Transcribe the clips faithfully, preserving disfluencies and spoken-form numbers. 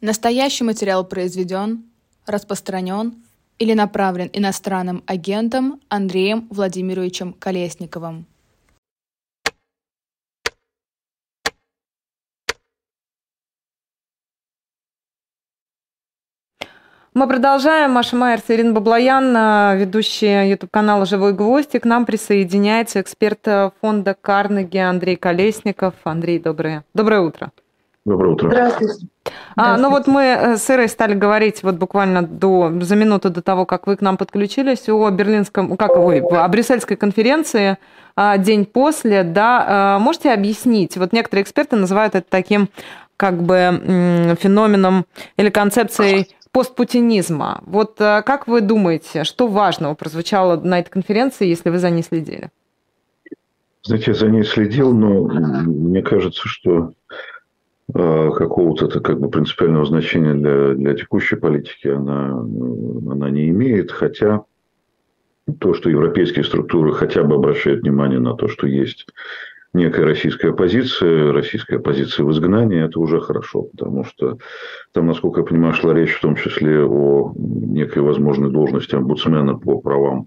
Настоящий материал произведен, распространен или направлен иностранным агентом Андреем Владимировичем Колесниковым. Мы продолжаем. Маша Майерс и Ирина Баблоян, ведущие YouTube-канала «Живой гвоздь». И к нам присоединяется эксперт фонда Карнеги Андрей Колесников. Андрей, доброе, доброе утро. Доброе утро. Здравствуйте. А, ну вот мы с Ирой стали говорить вот буквально до, за минуту до того, как вы к нам подключились, о берлинском, как ой, о брюссельской конференции день после. Да, можете объяснить? Вот некоторые эксперты называют это таким как бы феноменом или концепцией постпутинизма. Вот как вы думаете, что важного прозвучало на этой конференции, если вы за ней следили? Знаете, я за ней следил, но мне кажется, что какого-то это как бы принципиального значения для, для текущей политики она, она не имеет, хотя то, что европейские структуры хотя бы обращают внимание на то, что есть некая российская оппозиция, российская оппозиция в изгнании, это уже хорошо, потому что там, насколько я понимаю, шла речь в том числе о некой возможной должности омбудсмена по правам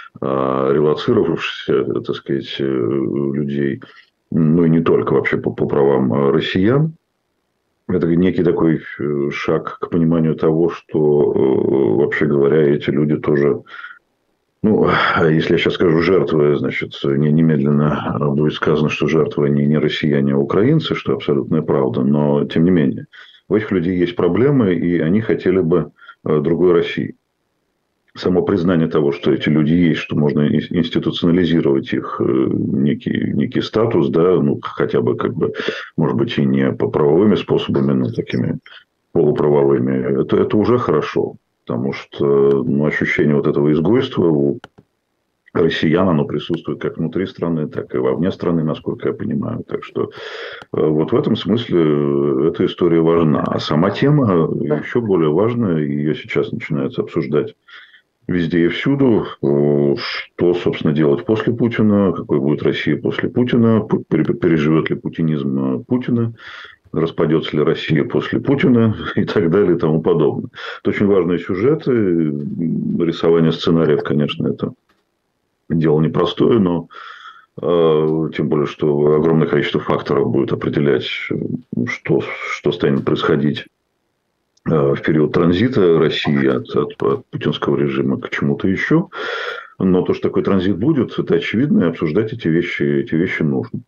релоцировавшихся, так сказать, людей, ну и не только вообще по, по правам россиян. Это некий такой шаг к пониманию того, что, вообще говоря, эти люди тоже, ну, если я сейчас скажу жертвы, значит, не, немедленно будет сказано, что жертвы не, не россияне, а украинцы, что абсолютная правда, но тем не менее, у этих людей есть проблемы, и они хотели бы другой России. Само признание того, что эти люди есть, что можно институционализировать их некий, некий статус, да, ну, хотя бы, как бы, может быть, и не по правовыми способами, но такими полуправовыми, это, это уже хорошо. Потому что, ну, ощущение вот этого изгойства у россиян, оно присутствует как внутри страны, так и вовне страны, насколько я понимаю. Так что вот в этом смысле эта история важна. А сама тема еще более важная, и ее сейчас начинается обсуждать везде и всюду, что, собственно, делать после Путина, какой будет Россия после Путина, переживет ли путинизм Путина, распадется ли Россия после Путина и так далее и тому подобное. Это очень важные сюжеты. Рисование сценариев, конечно, это дело непростое, но э, тем более, что огромное количество факторов будет определять, что, что станет происходить в период транзита России от, от, от путинского режима к чему-то еще. Но то, что такой транзит будет, это очевидно, и обсуждать эти вещи, эти вещи нужно.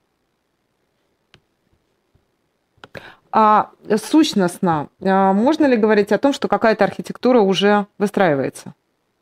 А сущностно, можно ли говорить о том, что какая-то архитектура уже выстраивается?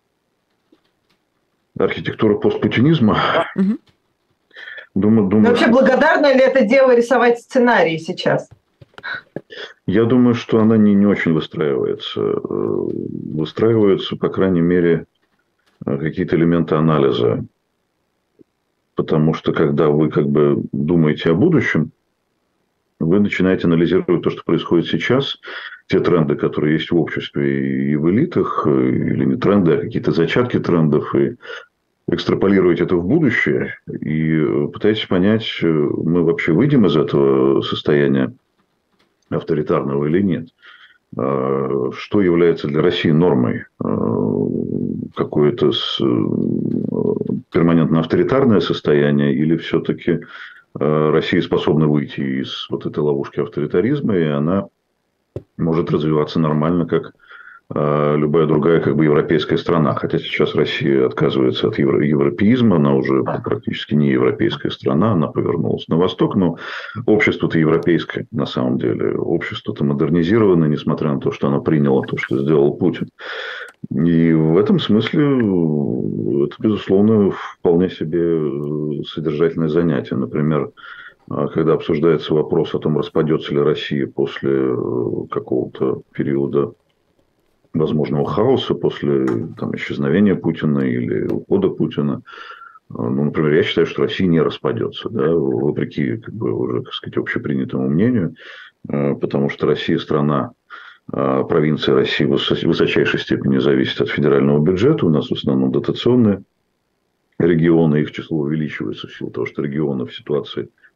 Архитектура постпутинизма? Угу. Думаю, думаю, вообще, благодарно ли это дело рисовать сценарии сейчас? Я думаю, что она не, не очень выстраивается. Выстраиваются, по крайней мере, какие-то элементы анализа. Потому что, когда вы как бы думаете о будущем, вы начинаете анализировать то, что происходит сейчас, те тренды, которые есть в обществе и в элитах, или не тренды, а какие-то зачатки трендов, и экстраполировать это в будущее, и пытаетесь понять, мы вообще выйдем из этого состояния авторитарного или нет. Что является для России нормой? Какое-то перманентно авторитарное состояние или все-таки Россия способна выйти из вот этой ловушки авторитаризма, и она может развиваться нормально, как любая другая как бы европейская страна. Хотя сейчас Россия отказывается от евро- европеизма, она уже практически не европейская страна, она повернулась на восток, но общество-то европейское на самом деле. Общество-то модернизировано, несмотря на то, что оно приняло то, что сделал Путин. И в этом смысле это, безусловно, вполне себе содержательное занятие. Например, когда обсуждается вопрос о том, распадется ли Россия после какого-то периода возможного хаоса, после там, исчезновения Путина или ухода Путина. Ну, например, я считаю, что Россия не распадется, да, вопреки как бы, уже, так сказать, общепринятому мнению, потому что Россия страна, провинция России в высочайшей степени зависит от федерального бюджета. У нас в основном дотационные регионы, их число увеличивается в силу того, что регионы в ситуации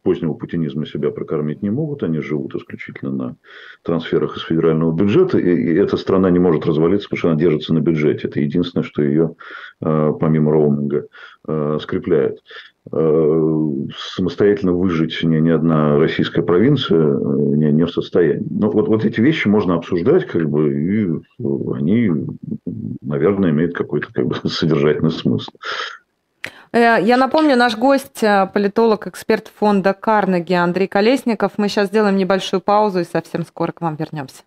позднего путинизма себя прокормить не могут, они живут исключительно на трансферах из федерального бюджета, и, и эта страна не может развалиться, потому что она держится на бюджете. Это единственное, что ее, помимо роуминга, скрепляет. Самостоятельно выжить ни, ни одна российская провинция не, не в состоянии. Но вот, вот эти вещи можно обсуждать, как бы, и они, наверное, имеют какой-то как бы содержательный смысл. Я напомню, наш гость, политолог, эксперт фонда Карнеги Андрей Колесников. Мы сейчас сделаем небольшую паузу и совсем скоро к вам вернемся.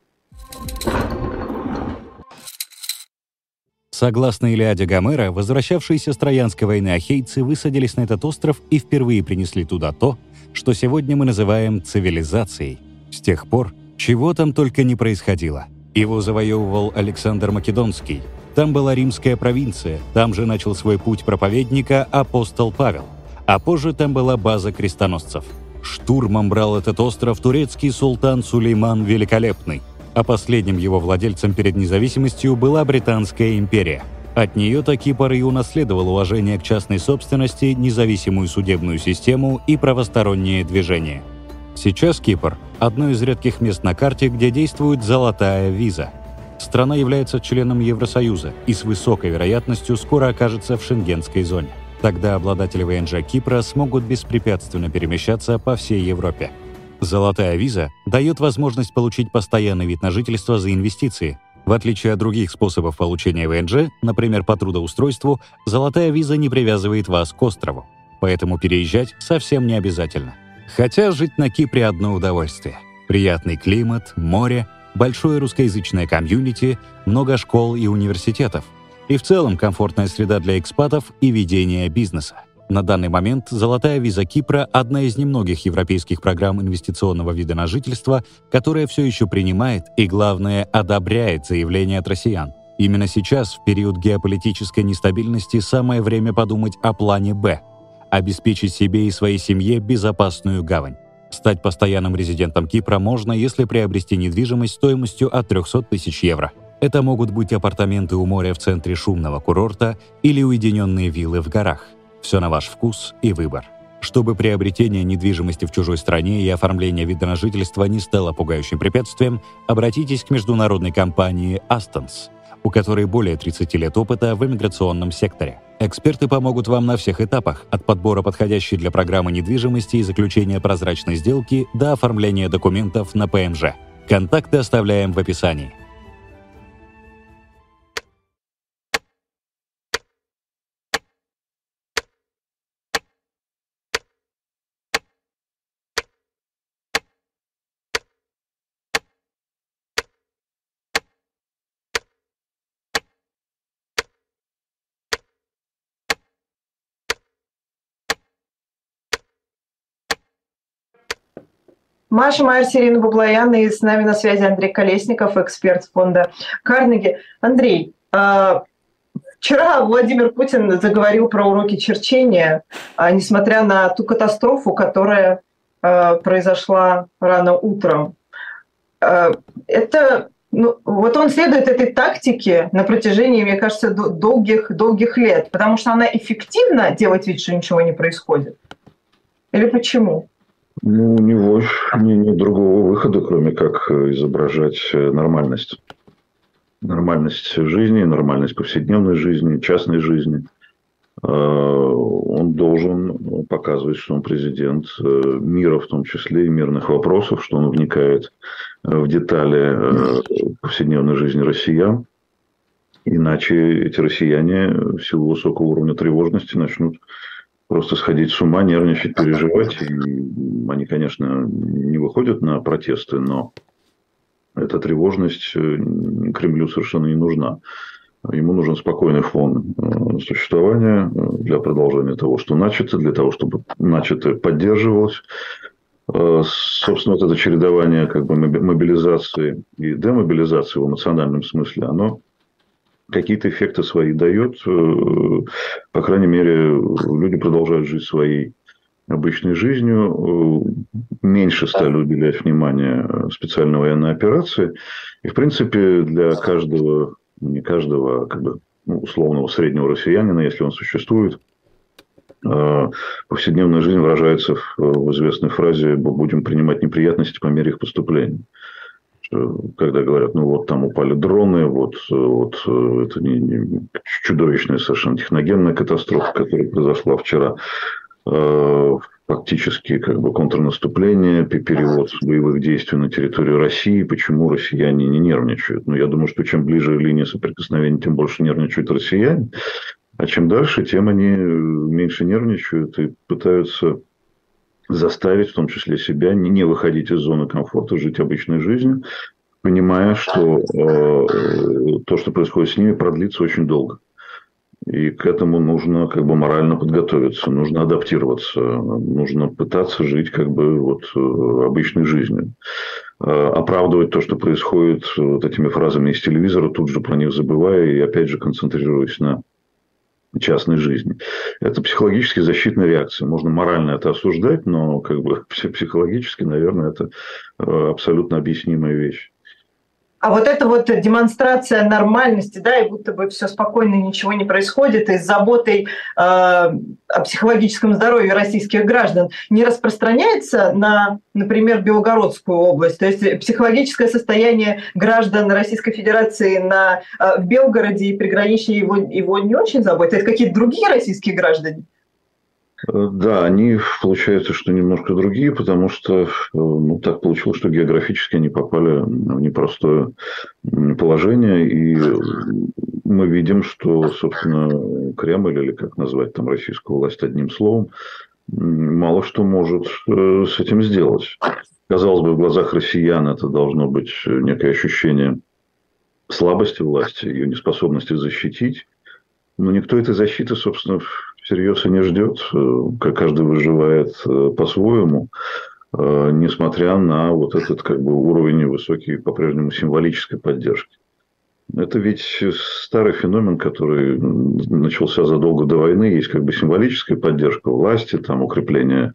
Согласно Илиаде Гомера, возвращавшиеся с Троянской войны ахейцы высадились на этот остров и впервые принесли туда то, что сегодня мы называем цивилизацией. С тех пор, чего там только не происходило. Его завоевывал Александр Македонский. Там была римская провинция, там же начал свой путь проповедника апостол Павел. А позже там была база крестоносцев. Штурмом брал этот остров турецкий султан Сулейман Великолепный. А последним его владельцем перед независимостью была Британская империя. От нее-то Кипр и унаследовал уважение к частной собственности, независимую судебную систему и правостороннее движение. Сейчас Кипр – одно из редких мест на карте, где действует золотая виза. Страна является членом Евросоюза и с высокой вероятностью скоро окажется в шенгенской зоне. Тогда обладатели ВНЖ Кипра смогут беспрепятственно перемещаться по всей Европе. Золотая виза дает возможность получить постоянный вид на жительство за инвестиции. В отличие от других способов получения ВНЖ, например, по трудоустройству, золотая виза не привязывает вас к острову. Поэтому переезжать совсем не обязательно. Хотя жить на Кипре одно удовольствие. Приятный климат, море, большое русскоязычное комьюнити, много школ и университетов. И в целом комфортная среда для экспатов и ведения бизнеса. На данный момент золотая виза Кипра – одна из немногих европейских программ инвестиционного вида на жительство, которая все еще принимает и, главное, одобряет заявления от россиян. Именно сейчас, в период геополитической нестабильности, самое время подумать о плане «Б» – обеспечить себе и своей семье безопасную гавань. Стать постоянным резидентом Кипра можно, если приобрести недвижимость стоимостью от триста тысяч евро. Это могут быть апартаменты у моря в центре шумного курорта или уединенные виллы в горах. Все на ваш вкус и выбор. Чтобы приобретение недвижимости в чужой стране и оформление вида на жительство не стало пугающим препятствием, обратитесь к международной компании Astons, у которой более тридцати лет опыта в иммиграционном секторе. Эксперты помогут вам на всех этапах, от подбора подходящей для программы недвижимости и заключения прозрачной сделки до оформления документов на ПМЖ. Контакты оставляем в описании. Маша Майерс, Ирина Баблоян, и с нами на связи Андрей Колесников, эксперт фонда Карнеги. Андрей, вчера Владимир Путин заговорил про уроки черчения, несмотря на ту катастрофу, которая произошла рано утром. Это, ну, вот он следует этой тактике на протяжении, мне кажется, долгих, долгих лет, потому что она эффективна делать вид, что ничего не происходит. Или почему? Ну, у него нет, нет другого выхода, кроме как изображать нормальность. Нормальность жизни, нормальность повседневной жизни, частной жизни. Он должен показывать, что он президент мира, в том числе и мирных вопросов, что он вникает в детали повседневной жизни россиян. Иначе эти россияне в силу высокого уровня тревожности начнут просто сходить с ума, нервничать, переживать. И они, конечно, не выходят на протесты, но эта тревожность Кремлю совершенно не нужна. Ему нужен спокойный фон существования для продолжения того, что начато, для того, чтобы начатое поддерживалось. Собственно, вот это чередование как бы мобилизации и демобилизации в эмоциональном смысле, оно какие-то эффекты свои дает. По крайней мере, люди продолжают жить своей обычной жизнью, меньше стали уделять внимание специальной военной операции. И, в принципе, для каждого, не каждого, а как бы, ну, условного среднего россиянина, если он существует, повседневная жизнь выражается в известной фразе «будем принимать неприятности по мере их поступления». Когда говорят, ну вот там упали дроны, вот, вот это не, не, чудовищная совершенно техногенная катастрофа, которая произошла вчера, фактически как бы контрнаступление, перевод боевых действий на территорию России. Почему россияне не нервничают? Ну, я думаю, что чем ближе линия соприкосновения, тем больше нервничают россияне. А чем дальше, тем они меньше нервничают и пытаются заставить, в том числе себя, не выходить из зоны комфорта, жить обычной жизнью, понимая, что э, то, что происходит с ними, продлится очень долго. И к этому нужно как бы морально подготовиться, нужно адаптироваться, нужно пытаться жить как бы вот обычной жизнью. Оправдывать то, что происходит вот этими фразами из телевизора, тут же про них забывая и опять же концентрируясь на частной жизни. Это психологически защитная реакция. Можно морально это осуждать, но как бы психологически, наверное, это абсолютно объяснимая вещь. А вот эта вот демонстрация нормальности, да, и будто бы все спокойно, ничего не происходит, и с заботой э, о психологическом здоровье российских граждан не распространяется на, например, Белгородскую область? То есть психологическое состояние граждан Российской Федерации на, э, в Белгороде и приграничье его, его не очень заботит? Это какие-то другие российские граждане? Да, они, получается, что немножко другие, потому что ну, так получилось, что географически они попали в непростое положение, и мы видим, что, собственно, Кремль, или как назвать там российскую власть одним словом, мало что может с этим сделать. Казалось бы, в глазах россиян это должно быть некое ощущение слабости власти, ее неспособности защитить, но никто этой защиты, собственно, всерьез и не ждет. Каждый выживает по-своему, несмотря на вот этот как бы уровень высокий по-прежнему символической поддержки. Это ведь старый феномен, который начался задолго до войны. Есть как бы символическая поддержка власти, там укрепление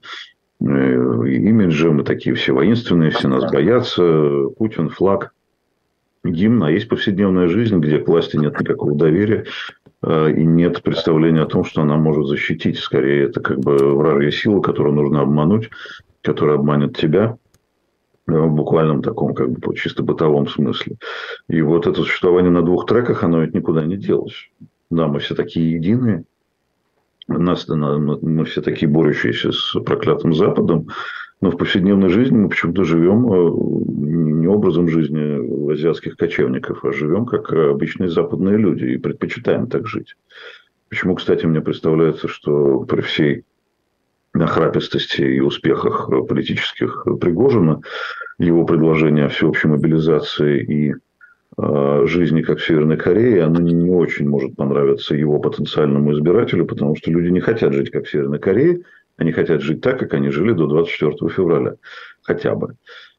имиджа, мы такие все воинственные, все нас боятся, Путин, флаг, гимн, а есть повседневная жизнь, где к власти нет никакого доверия, и нет представления о том, что она может защитить. Скорее, это как бы вражья сила, которую нужно обмануть, которая обманет тебя в буквальном таком, как бы, чисто бытовом смысле. И вот это существование на двух треках, оно ведь никуда не делось. Да, мы все такие единые, нас, мы все такие борющиеся с проклятым Западом, но в повседневной жизни мы почему-то живем не образом жизни азиатских кочевников, а живем как обычные западные люди и предпочитаем так жить. Почему, кстати, мне представляется, что при всей нахрапистости и успехах политических Пригожина, его предложение о всеобщей мобилизации и э, жизни, как в Северной Корее, оно не, не очень может понравиться его потенциальному избирателю, потому что люди не хотят жить, как в Северной Корее, они хотят жить так, как они жили до двадцать четвёртого февраля. Хотя бы.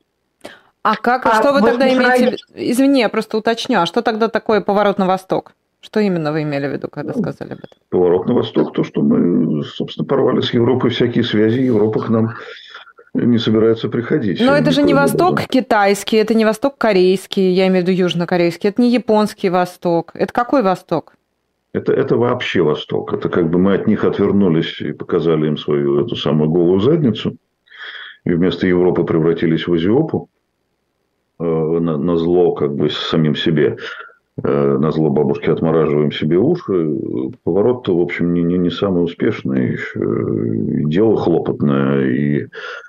А как? А что вы вот тогда имеете... Извини, я просто уточню. А что тогда такое поворот на восток? Что именно вы имели в виду, когда сказали об этом? Поворот на восток, то, что мы, собственно, порвали с Европой всякие связи. Европа к нам не собирается приходить. Но это же не восток образом. Китайский, это не восток корейский, я имею в виду южнокорейский, это не японский восток. Это какой восток? Это, это вообще восток. Это как бы мы от них отвернулись и показали им свою эту самую голую задницу. И вместо Европы превратились в Азиопу. Э, на, на зло как бы самим себе. Э, на зло бабушки отмораживаем себе уши. Поворот-то, в общем, не, не, не самый успешный. И дело хлопотное. И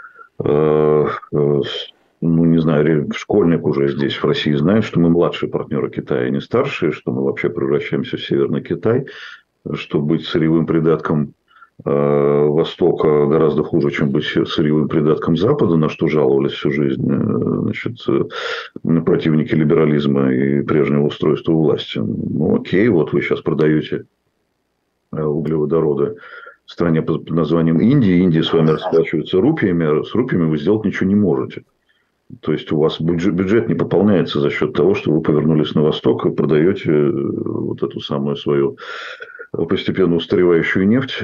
э, э, ну, не знаю, школьник уже здесь, в России, знает, что мы младшие партнеры Китая, а не старшие, что мы вообще превращаемся в Северный Китай, что быть сырьевым придатком э, Востока гораздо хуже, чем быть сырьевым придатком Запада, на что жаловались всю жизнь значит, противники либерализма и прежнего устройства власти. Ну, окей, вот вы сейчас продаете углеводороды в стране под названием Индия, Индия с вами расплачивается рупиями, а с рупиями вы сделать ничего не можете. То есть у вас бюджет, бюджет не пополняется за счет того, что вы повернулись на восток и продаете вот эту самую свою постепенно устаревающую нефть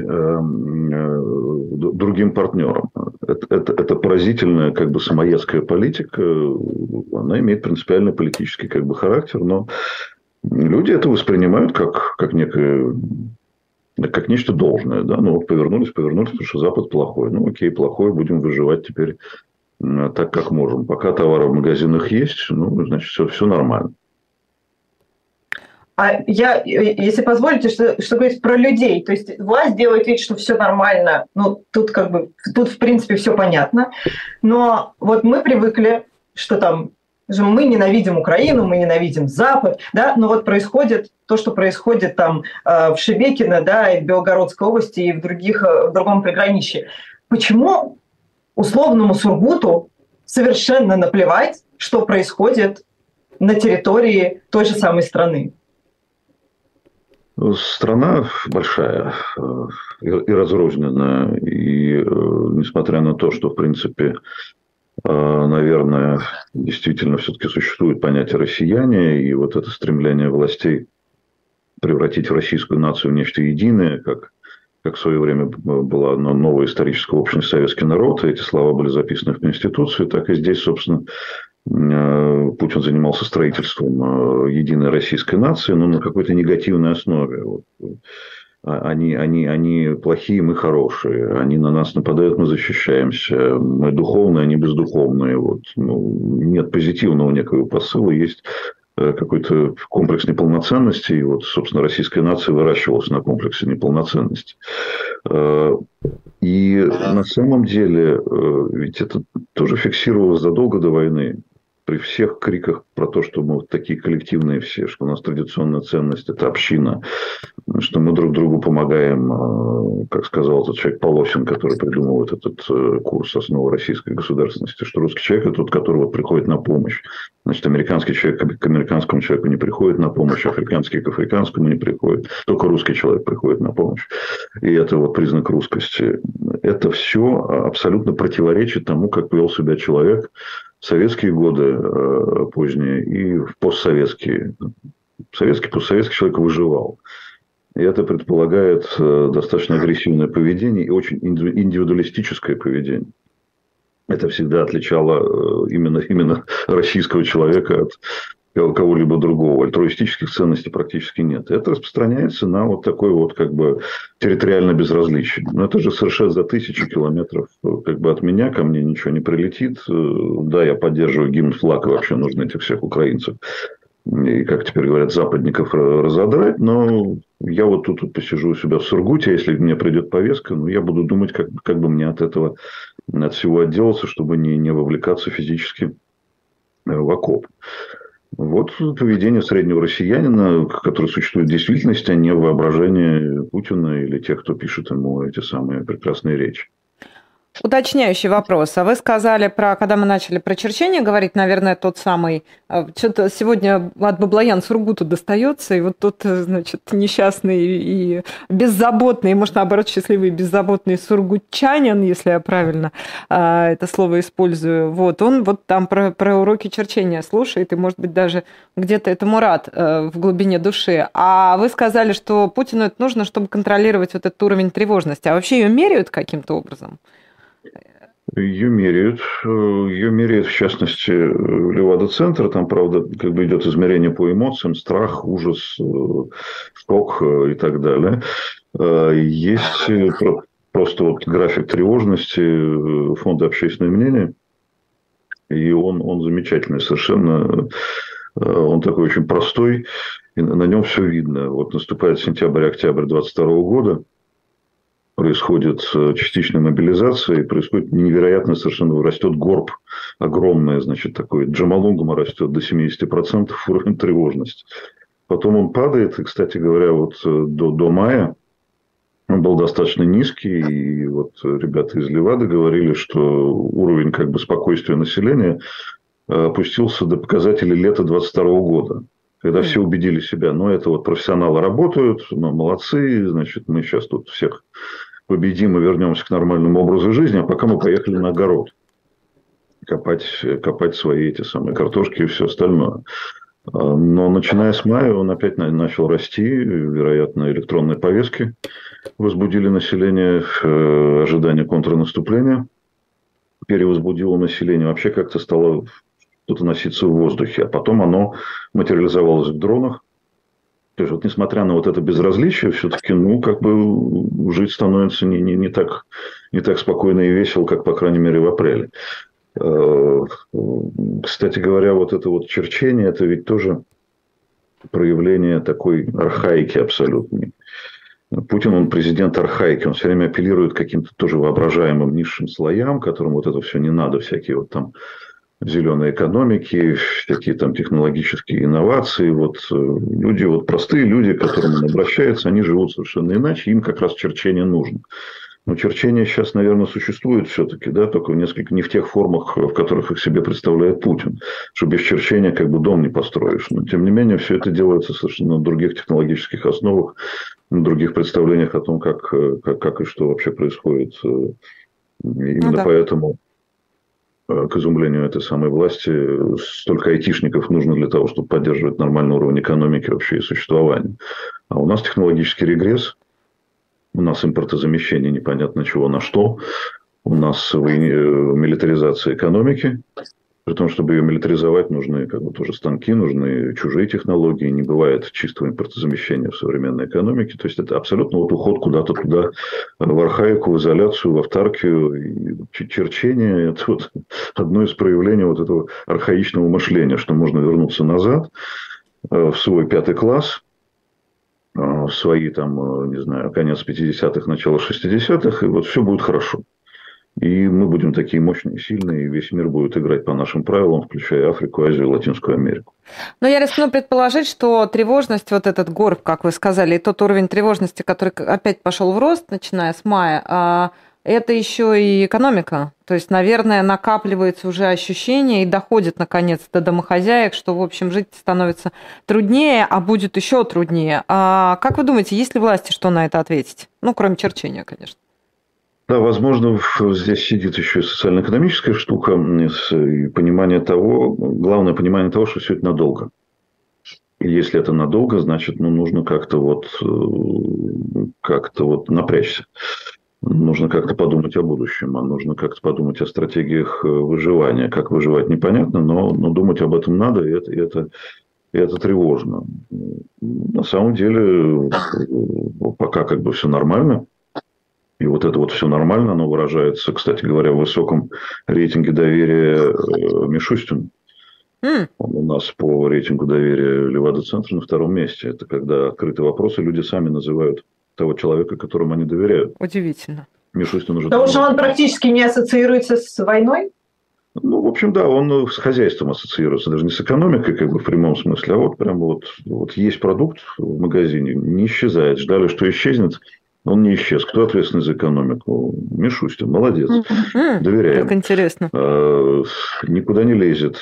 другим партнерам. Это, это, это поразительная как бы самоедская политика. Она имеет принципиальный политический как бы характер, но люди это воспринимают как, как некое как нечто должное. Да? Ну, вот повернулись, повернулись, потому что Запад плохой. Ну, окей, плохой, будем выживать теперь так, как можем. Пока товары в магазинах есть, ну, значит, все, все нормально. А я, если позволите, что, что говорить про людей, то есть власть делает вид, что все нормально, ну, тут как бы, тут в принципе все понятно, но вот мы привыкли, что там, мы ненавидим Украину, мы ненавидим Запад, да, но вот происходит то, что происходит там в Шебекино, да, и в Белгородской области, и в, других, в другом приграничье. Почему условному Сургуту совершенно наплевать, что происходит на территории той же самой страны? Страна большая и разрозненная, и несмотря на то, что, в принципе, наверное, действительно все-таки существует понятие «россияне», и вот это стремление властей превратить российскую нацию в нечто единое, как, как в свое время была новая историческая общность «Советский народ», и эти слова были записаны в Конституции, так и здесь, собственно, Путин занимался строительством единой российской нации, но на какой-то негативной основе. Вот. Они, они, они плохие, мы хорошие. Они на нас нападают, мы защищаемся. Мы духовные, они бездуховные. Вот. Ну, нет позитивного некого посыла, есть какой-то комплекс неполноценности. И вот, собственно, российская нация выращивалась на комплексе неполноценности. И на самом деле, ведь это тоже фиксировалось задолго до войны. При всех криках про то, что мы вот такие коллективные все, что у нас традиционная ценность – это община, что мы друг другу помогаем, как сказал этот человек Полосин, который придумал этот курс «Основы российской государственности», что русский человек – это тот, который вот приходит на помощь. Значит, американский человек к американскому человеку не приходит на помощь, африканский к африканскому не приходит. Только русский человек приходит на помощь. И это вот признак русскости. Это все абсолютно противоречит тому, как вел себя человек в советские годы э, поздние и в постсоветские. Советский, постсоветский человек выживал. И это предполагает э, достаточно агрессивное поведение и очень индивидуалистическое поведение. Это всегда отличало э, именно, именно российского человека от кого-либо другого. Альтруистических ценностей практически нет. Это распространяется на вот такое вот как бы территориальное безразличие. Но это же совершенно за тысячи километров как бы от меня, ко мне ничего не прилетит. Да, я поддерживаю гимн, флаг, и вообще нужно этих всех украинцев и, как теперь говорят, западников разодрать. Но я вот тут вот посижу у себя в Сургуте, если мне придет повестка, ну, я буду думать, как, как бы мне от этого, от всего отделаться, чтобы не, не вовлекаться физически в окоп. Вот поведение среднего россиянина, которое существует в действительности, а не в воображении Путина или тех, кто пишет ему эти самые прекрасные речи. Уточняющий вопрос. А вы сказали про, когда мы начали про Черчения говорить, наверное, тот самый, что-то сегодня от Баблоян Сургуту достается, и вот тот, значит, несчастный и беззаботный, может, наоборот, счастливый и беззаботный сургутчанин, если я правильно а, это слово использую, вот, он вот там про, про уроки Черчения слушает, и, может быть, даже где-то этому рад а, в глубине души. А вы сказали, что Путину это нужно, чтобы контролировать вот этот уровень тревожности. А вообще ее меряют каким-то образом? Ее меряют. Ее меряют, в частности, Левада-центр. Там, правда, как бы идет измерение по эмоциям, страх, ужас, шок и так далее. Есть просто вот график тревожности Фонда общественного мнения. И он, он замечательный совершенно. Он такой очень простой. И на нем все видно. Вот наступает сентябрь-октябрь двадцать второго года. Происходит частичная мобилизация, и происходит невероятно совершенно, растет горб огромный, значит, такой, Джомолунгма растет до семьдесят процентов уровень тревожности. Потом он падает, и, кстати говоря, вот до, до мая он был достаточно низкий, и вот ребята из Левады говорили, что уровень как бы спокойствия населения опустился до показателей лета двадцать второго года. Когда все убедили себя, ну, это вот профессионалы работают, ну, молодцы, значит, мы сейчас тут всех победим и вернемся к нормальному образу жизни, а пока мы поехали на огород копать, копать свои эти самые картошки и все остальное. Но начиная с мая он опять начал расти, вероятно, электронные повестки возбудили население в ожидании контрнаступления, перевозбудило население, вообще как-то стало что-то носиться в воздухе, а потом оно материализовалось в дронах. То есть, вот несмотря на вот это безразличие, все-таки, ну, как бы жить становится не, не, не, так, не так спокойно и весело, как, по крайней мере, в апреле. Кстати говоря, вот это вот черчение, это ведь тоже проявление такой архаики абсолютной. Путин, он президент архаики, он все время апеллирует к каким-то тоже воображаемым низшим слоям, которым вот это все не надо, всякие вот там зеленой экономики, всякие там технологические инновации. Вот люди, вот простые люди, к которым он обращается, они живут совершенно иначе, им как раз черчение нужно. Но черчение сейчас, наверное, существует все-таки, да, только в несколько не в тех формах, в которых их себе представляет Путин. Что без черчения как бы дом не построишь. Но, тем не менее, все это делается совершенно на других технологических основах, на других представлениях о том, как, как, как и что вообще происходит. Именно ну, да. Поэтому, к изумлению этой самой власти, столько айтишников нужно для того, чтобы поддерживать нормальный уровень экономики вообще и существования. А у нас технологический регресс. У нас импортозамещение непонятно чего на что. У нас милитаризация экономики. При том, чтобы ее милитаризовать, нужны как бы тоже станки, нужны чужие технологии. Не бывает чистого импортозамещения в современной экономике. То есть, это абсолютно вот уход куда-то туда, в архаику, в изоляцию, в автаркию. И черчение – это вот одно из проявлений вот этого архаичного мышления, что можно вернуться назад в свой пятый класс, в свои, там, не знаю, конец пятидесятых, начало шестидесятых, и вот все будет хорошо. И мы будем такие мощные, сильные, и весь мир будет играть по нашим правилам, включая Африку, Азию, Латинскую Америку. Но я рискну предположить, что тревожность, вот этот горб, как вы сказали, и тот уровень тревожности, который опять пошел в рост, начиная с мая, это еще и экономика. То есть, наверное, накапливается уже ощущение и доходит, наконец, до домохозяек, что, в общем, жить становится труднее, а будет еще труднее. А как вы думаете, есть ли власти, что на это ответить? Ну, кроме черчения, конечно. Да, возможно, здесь сидит еще и социально-экономическая штука, и понимание того, главное понимание того, что все это надолго. И если это надолго, значит, ну, нужно как-то вот, как-то вот напрячься. Нужно как-то подумать о будущем, а нужно как-то подумать о стратегиях выживания. Как выживать, непонятно, но, но думать об этом надо, и это, и это, и это тревожно. На самом деле, пока как бы все нормально. И вот это вот все нормально, оно выражается, кстати говоря, в высоком рейтинге доверия Мишустину. Mm. Он у нас по рейтингу доверия Левада-центра на втором месте. Это когда открытые вопросы, люди сами называют того человека, которому они доверяют. Удивительно. Мишустин уже... Потому что он практически не ассоциируется с войной? Ну, в общем, да, он с хозяйством ассоциируется, даже не с экономикой, как бы в прямом смысле, а вот прям вот, вот есть продукт в магазине, не исчезает. Ждали, что исчезнет. Он не исчез. Кто ответственный за экономику? Мишустин. Молодец. Mm-hmm. Доверяем. Как интересно. А, никуда не лезет.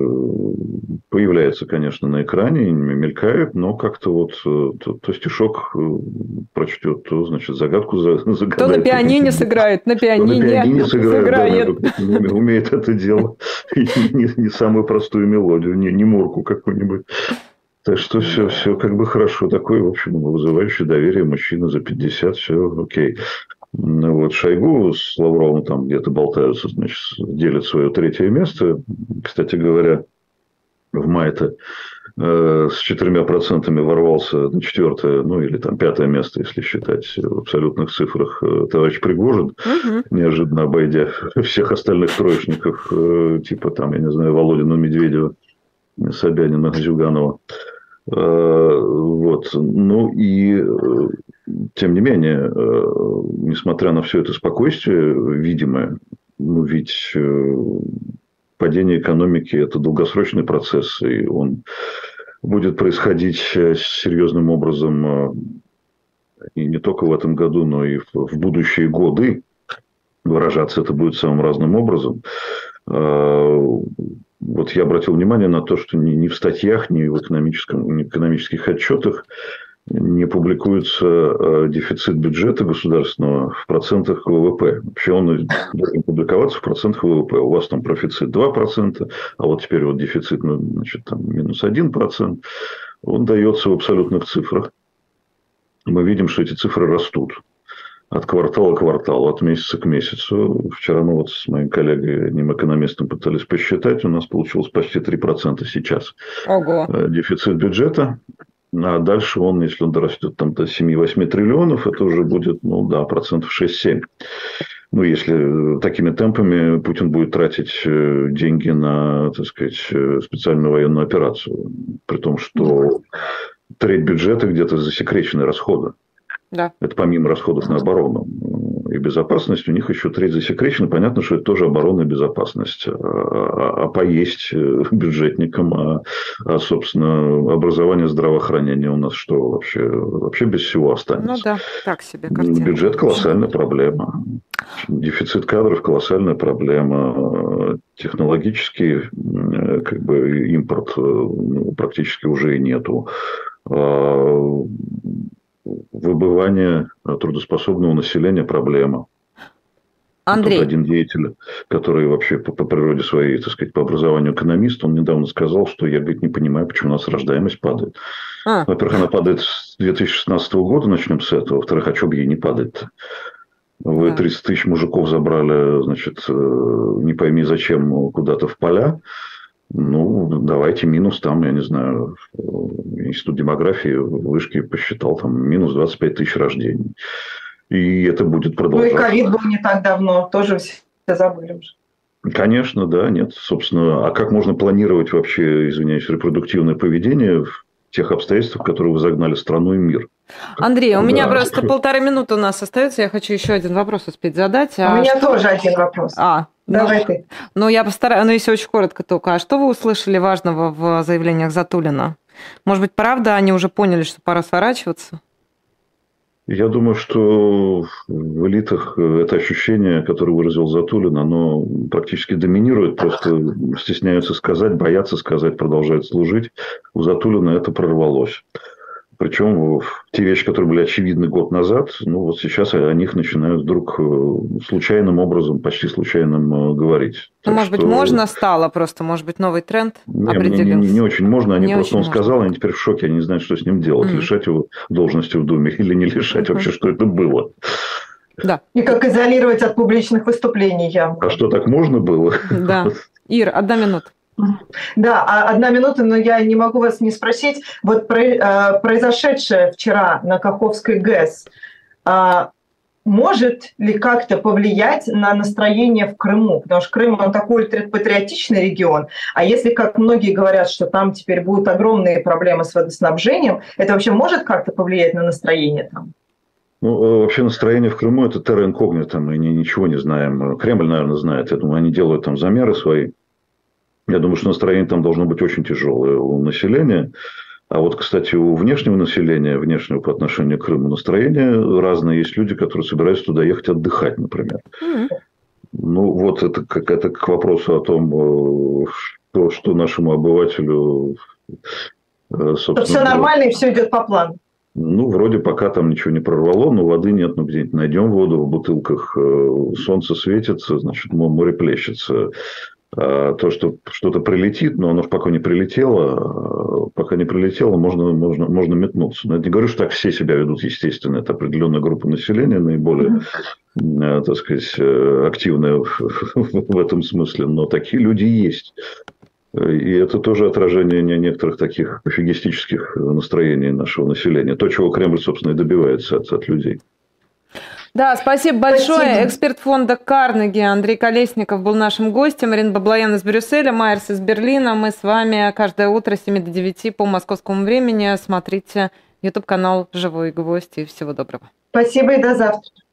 Появляется, конечно, на экране, мелькает, но как-то вот то, то стишок прочтет, то, значит, загадку загадает. То на пианине сыграет, на пианине, то на пианине сыграет. сыграет. Да, умеет это дело. Не, не самую простую мелодию, не, не мурку какую-нибудь. Так что все, все как бы хорошо. Такой, в общем, вызывающий доверие мужчина за пятьдесят, все окей. Вот Шойгу с Лавровым там где-то болтаются, значит, делят свое третье место. Кстати говоря, в мае-то э, с четырьмя процентами ворвался на четвертое, ну или там пятое место, если считать в абсолютных цифрах, э, товарищ Пригожин, угу. неожиданно обойдя всех остальных троечников, э, типа там, я не знаю, Володина, Медведева, Собянина, Зюганова. Вот. Ну и тем не менее, несмотря на все это спокойствие видимое, ну ведь падение экономики – это долгосрочный процесс, и он будет происходить серьезным образом и не только в этом году, но и в будущие годы. Выражаться это будет самым разным образом. Вот я обратил внимание на то, что ни в статьях, ни в, экономическом, ни в экономических отчетах не публикуется дефицит бюджета государственного в процентах ВВП. Вообще он должен публиковаться в процентах ВВП. У вас там профицит два процента, а вот теперь вот дефицит, ну, значит, там минус один процент. Он дается в абсолютных цифрах. Мы видим, что эти цифры растут. От квартала к кварталу, от месяца к месяцу. Вчера мы вот с моим коллегой, одним экономистом, пытались посчитать. У нас получилось почти три процента сейчас. Ого. Дефицит бюджета. А дальше он, если он дорастет там, до семь-восемь триллионов, это уже будет, ну да, процентов шесть-семь. Ну, если такими темпами Путин будет тратить деньги на, так сказать, специальную военную операцию. При том, что треть бюджета где-то засекречены расходы. Да. Это помимо расходов на оборону и безопасность, у них еще треть засекречена. Понятно, что это тоже оборона и безопасность. А, а, а поесть бюджетникам, а, а, собственно, образование, здравоохранение у нас что, вообще, вообще без всего останется? Ну да, так себе картина. Бюджет – колоссальная проблема. Дефицит кадров – колоссальная проблема. Технологический как бы, импорт практически уже и нету. Выбывание трудоспособного населения – проблема. Андрей. Тут один деятель, который вообще по, по природе своей, так сказать, по образованию экономист, он недавно сказал, что я, говорит, не понимаю, почему у нас рождаемость падает. А. Во-первых, она падает с две тысячи шестнадцатого года, начнем с этого. Во-вторых, а что бы ей не падать-то? Вы да. тридцать тысяч мужиков забрали, значит, не пойми зачем, куда-то в поля. Ну, давайте минус там, я не знаю, Институт демографии вышки посчитал, там минус двадцать пять тысяч рождений. И это будет продолжаться. Ну и ковид был не так давно, тоже все забыли уже. Конечно, да, нет, собственно. А как можно планировать вообще, извиняюсь, репродуктивное поведение в тех обстоятельствах, в которые вы загнали страну и мир? Андрей, у да. меня просто полторы минуты у нас остается. Я хочу еще один вопрос успеть задать. А у меня что... тоже один вопрос. А, Давай ну, ты. Ну, я постараюсь, ну, если очень коротко только. А что вы услышали важного в заявлениях Затулина? Может быть, правда, они уже поняли, что пора сворачиваться? Я думаю, что в элитах это ощущение, которое выразил Затулин, оно практически доминирует. Просто стесняются сказать, боятся сказать, продолжают служить. У Затулина это прорвалось. Причем те вещи, которые были очевидны год назад, ну вот сейчас о них начинают вдруг случайным образом, почти случайным говорить. Ну, может что... быть, можно стало просто, может быть, новый тренд не, определился? Не, не, не очень можно, они не просто, он можно. сказал, они теперь в шоке, они не знают, что с ним делать, mm-hmm. лишать его должности в Думе или не лишать, mm-hmm. вообще, что это было. Да. И как изолировать от публичных выступлений явно. А что, так можно было? Да. Ир, одна минута. Да, одна минута, но я не могу вас не спросить. Вот произошедшее вчера на Каховской ГЭС может ли как-то повлиять на настроение в Крыму? Потому что Крым, он такой ультрапатриотичный регион, а если, как многие говорят, что там теперь будут огромные проблемы с водоснабжением, это вообще может как-то повлиять на настроение там? Ну, вообще настроение в Крыму – это терра инкогнита, мы ничего не знаем. Кремль, наверное, знает. Я думаю, они делают там замеры свои. Я думаю, что настроение там должно быть очень тяжелое у населения. А вот, кстати, у внешнего населения, внешнего по отношению к Крыму, настроение разное. Есть люди, которые собираются туда ехать отдыхать, например. Mm-hmm. Ну, вот это, как, это к вопросу о том, что, что нашему обывателю... Собственно, все нормально и все идет по плану. Ну, вроде пока там ничего не прорвало, но воды нет, ну где-нибудь найдем воду в бутылках, солнце светится, значит, море плещется. А то, что что-то прилетит, но оно пока не прилетело, пока не прилетело, можно, можно, можно метнуться. Но я не говорю, что так все себя ведут, естественно. Это определенная группа населения, наиболее, mm-hmm. так сказать, активная в этом смысле. Но такие люди есть. И это тоже отражение некоторых таких пофигистических настроений нашего населения. То, чего Кремль, собственно, и добивается от, от людей. Да, спасибо большое. Спасибо. Эксперт фонда Карнеги Андрей Колесников был нашим гостем. Ирина Баблоян из Брюсселя, Майерс из Берлина. Мы с вами каждое утро с семи до девяти по московскому времени. Смотрите YouTube-канал «Живой гвоздь» и всего доброго. Спасибо и до завтра.